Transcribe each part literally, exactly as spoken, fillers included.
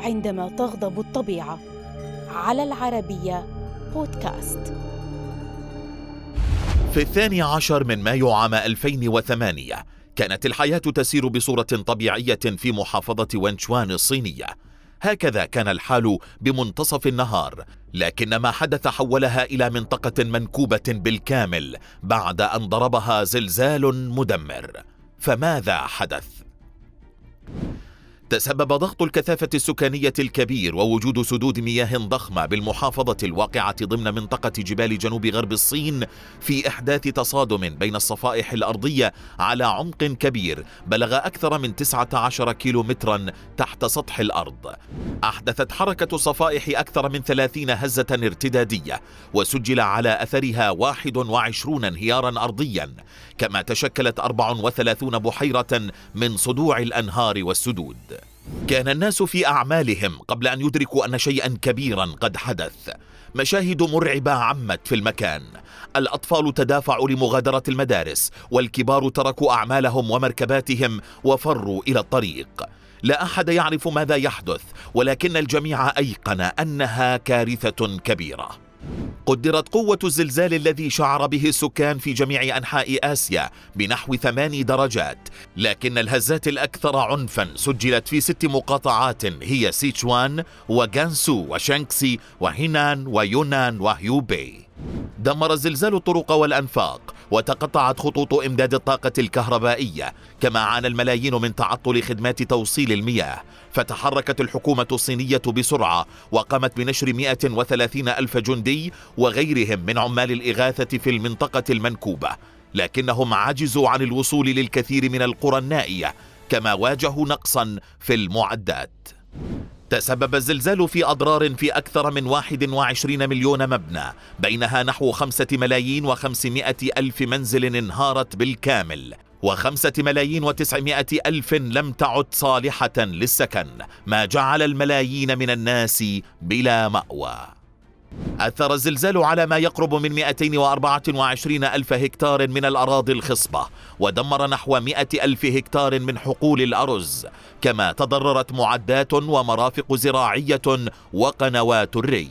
عندما تغضب الطبيعة. على العربية بودكاست. في الثاني عشر من مايو عام ألفين وثمانية كانت الحياة تسير بصورة طبيعية في محافظة وينشوان الصينية. هكذا كان الحال بمنتصف النهار، لكن ما حدث حولها إلى منطقة منكوبة بالكامل بعد أن ضربها زلزال مدمر. فماذا حدث؟ تسبب ضغط الكثافة السكانية الكبير ووجود سدود مياه ضخمة بالمحافظة الواقعة ضمن منطقة جبال جنوب غرب الصين في إحداث تصادم بين الصفائح الأرضية على عمق كبير بلغ أكثر من تسعة عشر كيلومترا تحت سطح الأرض. أحدثت حركة الصفائح أكثر من ثلاثين هزة ارتدادية، وسجل على أثرها واحد وعشرون انهيارا أرضيا، كما تشكلت أربع وثلاثين بحيرة من صدوع الأنهار والسدود. كان الناس في أعمالهم قبل أن يدركوا أن شيئا كبيرا قد حدث. مشاهد مرعبة عمت في المكان. الأطفال تدافعوا لمغادرة المدارس، والكبار تركوا أعمالهم ومركباتهم وفروا إلى الطريق. لا أحد يعرف ماذا يحدث، ولكن الجميع أيقن أنها كارثة كبيرة. قدرت قوة الزلزال الذي شعر به السكان في جميع أنحاء آسيا بنحو ثماني درجات، لكن الهزات الأكثر عنفا سجلت في ست مقاطعات هي سيتشوان وغانسو وشانكسي وهينان ويونان وهيوبي. دمر الزلزال الطرق والأنفاق، وتقطعت خطوط إمداد الطاقة الكهربائية، كما عانى الملايين من تعطل خدمات توصيل المياه. فتحركت الحكومة الصينية بسرعة وقامت بنشر مئة وثلاثين ألف جندي وغيرهم من عمال الإغاثة في المنطقة المنكوبة، لكنهم عجزوا عن الوصول للكثير من القرى النائية، كما واجهوا نقصا في المعدات. تسبب الزلزال في أضرار في أكثر من واحد وعشرين مليون مبنى، بينها نحو خمسة ملايين وخمسمائة ألف منزل انهارت بالكامل، وخمسة ملايين وتسعمائة ألف لم تعد صالحة للسكن، ما جعل الملايين من الناس بلا مأوى. أثر الزلزال على ما يقرب من مئتين وأربعة وعشرين ألف هكتار من الأراضي الخصبة، ودمر نحو مئة ألف هكتار من حقول الأرز، كما تضررت معدات ومرافق زراعية وقنوات الري.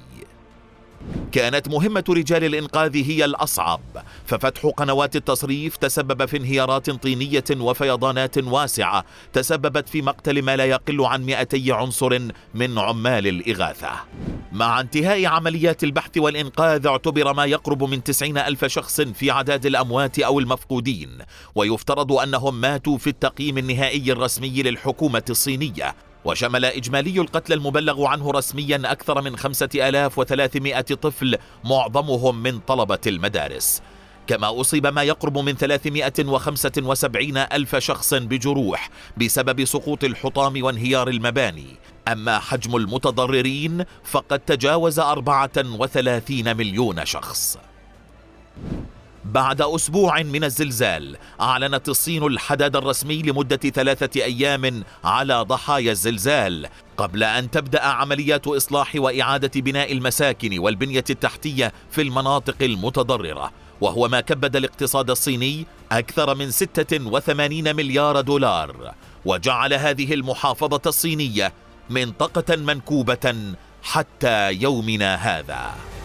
كانت مهمة رجال الإنقاذ هي الأصعب، ففتح قنوات التصريف تسبب في انهيارات طينية وفيضانات واسعة تسببت في مقتل ما لا يقل عن مئتي عنصر من عمال الإغاثة. مع انتهاء عمليات البحث والإنقاذ اعتبر ما يقرب من تسعين ألف شخص في عداد الأموات أو المفقودين، ويفترض أنهم ماتوا في التقييم النهائي الرسمي للحكومة الصينية، وشمل إجمالي القتلى المبلغ عنه رسميا أكثر من خمسة آلاف وثلاثمائة طفل، معظمهم من طلبة المدارس. كما أصيب ما يقرب من ثلاثمائة وخمسة وسبعين ألف شخص بجروح بسبب سقوط الحطام وانهيار المباني. أما حجم المتضررين فقد تجاوز أربعة وثلاثين مليون شخص. بعد أسبوع من الزلزال أعلنت الصين الحداد الرسمي لمدة ثلاثة أيام على ضحايا الزلزال، قبل أن تبدأ عمليات إصلاح وإعادة بناء المساكن والبنية التحتية في المناطق المتضررة، وهو ما كبد الاقتصاد الصيني أكثر من ستة وثمانين مليار دولار، وجعل هذه المحافظة الصينية منطقة منكوبة حتى يومنا هذا.